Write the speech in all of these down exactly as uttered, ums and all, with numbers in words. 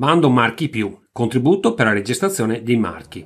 Bando Marchi Più, contributo per la registrazione dei marchi.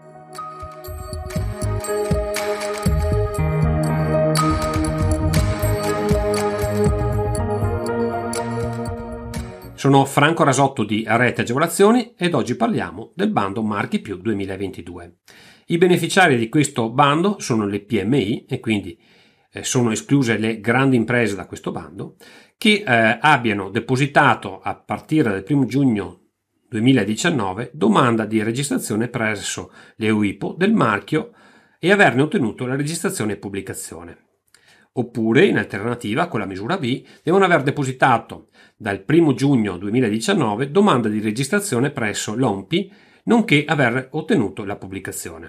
Sono Franco Rasotto di Rete Agevolazioni ed oggi parliamo del bando Marchi Più duemilaventidue. I beneficiari di questo bando sono le P M I e quindi eh, sono escluse le grandi imprese da questo bando che eh, abbiano depositato a partire dal primo giugno duemiladiciannove domanda di registrazione presso le U I P O del marchio e averne ottenuto la registrazione e pubblicazione. Oppure, in alternativa, con la misura B, devono aver depositato dal primo giugno duemiladiciannove domanda di registrazione presso l'O M P I, nonché aver ottenuto la pubblicazione.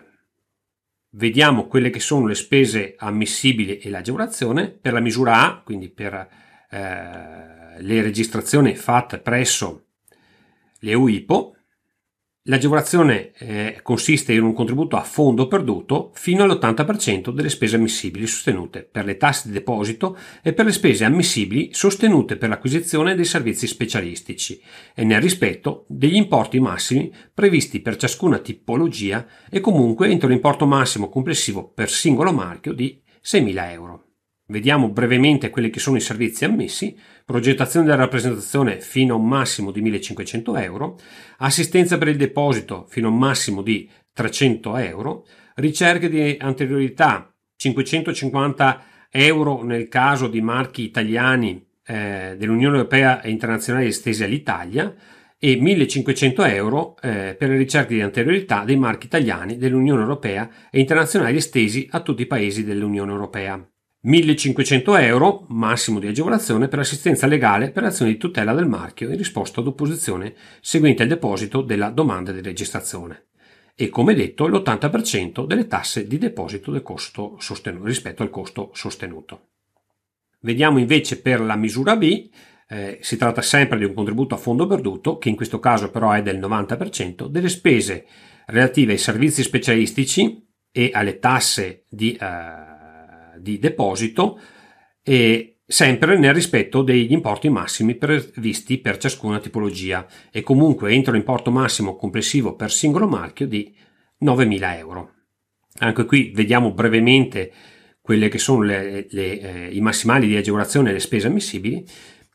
Vediamo quelle che sono le spese ammissibili e l'agevolazione. Per la misura A, quindi per eh, le registrazioni fatte presso le U I P O, l'agevolazione eh, consiste in un contributo a fondo perduto fino all'ottanta per cento delle spese ammissibili sostenute per le tasse di deposito e per le spese ammissibili sostenute per l'acquisizione dei servizi specialistici e nel rispetto degli importi massimi previsti per ciascuna tipologia e comunque entro l'importo massimo complessivo per singolo marchio di seimila euro. Vediamo brevemente quelli che sono i servizi ammessi: progettazione della rappresentazione fino a un massimo di millecinquecento euro, assistenza per il deposito fino a un massimo di trecento euro, ricerche di anteriorità cinquecentocinquanta euro nel caso di marchi italiani eh, dell'Unione Europea e internazionali estesi all'Italia e millecinquecento euro eh, per le ricerche di anteriorità dei marchi italiani dell'Unione Europea e internazionali estesi a tutti i paesi dell'Unione Europea. millecinquecento euro massimo di agevolazione per assistenza legale per azioni di tutela del marchio in risposta ad opposizione seguente al deposito della domanda di registrazione e, come detto, l'ottanta per cento delle tasse di deposito del costo sostenuto rispetto al costo sostenuto. Vediamo invece per la misura B. Eh, si tratta sempre di un contributo a fondo perduto, che in questo caso però è del novanta per cento delle spese relative ai servizi specialistici e alle tasse di eh, di deposito e sempre nel rispetto degli importi massimi previsti per ciascuna tipologia e comunque entro l'importo massimo complessivo per singolo marchio di novemila euro. Anche qui vediamo brevemente quelle che sono le, le, eh, i massimali di agevolazione e le spese ammissibili.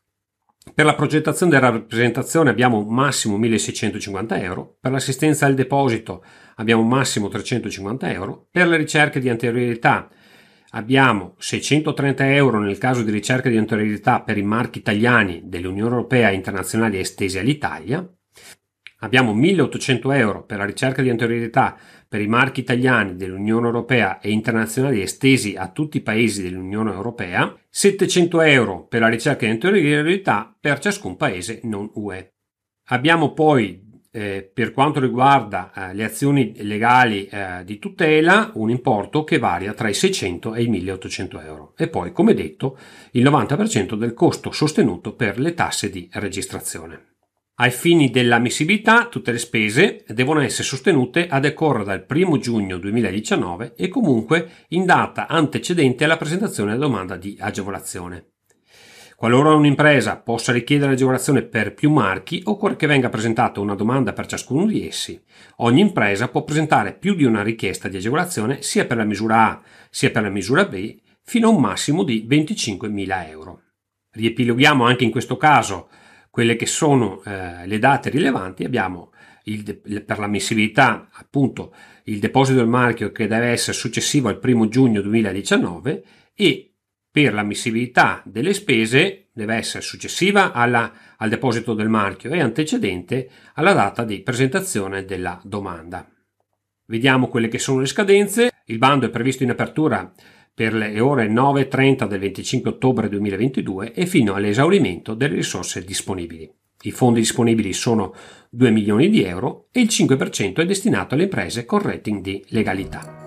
Per la progettazione della rappresentazione abbiamo un massimo milleseicentocinquanta euro, per l'assistenza al deposito abbiamo un massimo trecentocinquanta euro, per le ricerche di anteriorità abbiamo seicentotrenta euro nel caso di ricerca di anteriorità per i marchi italiani dell'Unione Europea e internazionali estesi all'Italia. Abbiamo milleottocento euro per la ricerca di anteriorità per i marchi italiani dell'Unione Europea e internazionali estesi a tutti i paesi dell'Unione Europea. settecento euro per la ricerca di anteriorità per ciascun paese non U E. Abbiamo poi Eh, per quanto riguarda eh, le azioni legali eh, di tutela un importo che varia tra i seicento e i milleottocento euro e poi, come detto, il novanta per cento del costo sostenuto per le tasse di registrazione. Ai fini dell'ammissibilità tutte le spese devono essere sostenute a decorrere dal primo giugno duemiladiciannove e comunque in data antecedente alla presentazione della domanda di agevolazione. Qualora un'impresa possa richiedere agevolazione per più marchi, occorre che venga presentata una domanda per ciascuno di essi. Ogni impresa può presentare più di una richiesta di agevolazione sia per la misura A sia per la misura B fino a un massimo di venticinquemila euro. Riepiloghiamo anche in questo caso quelle che sono eh, le date rilevanti. Abbiamo il de- per l'ammissibilità appunto il deposito del marchio che deve essere successivo al primo giugno duemiladiciannove e per l'ammissibilità delle spese deve essere successiva alla, al deposito del marchio e antecedente alla data di presentazione della domanda. Vediamo quelle che sono le scadenze. Il bando è previsto in apertura per le ore nove e trenta del venticinque ottobre duemilaventidue e fino all'esaurimento delle risorse disponibili. I fondi disponibili sono due milioni di euro e il cinque per cento è destinato alle imprese con rating di legalità.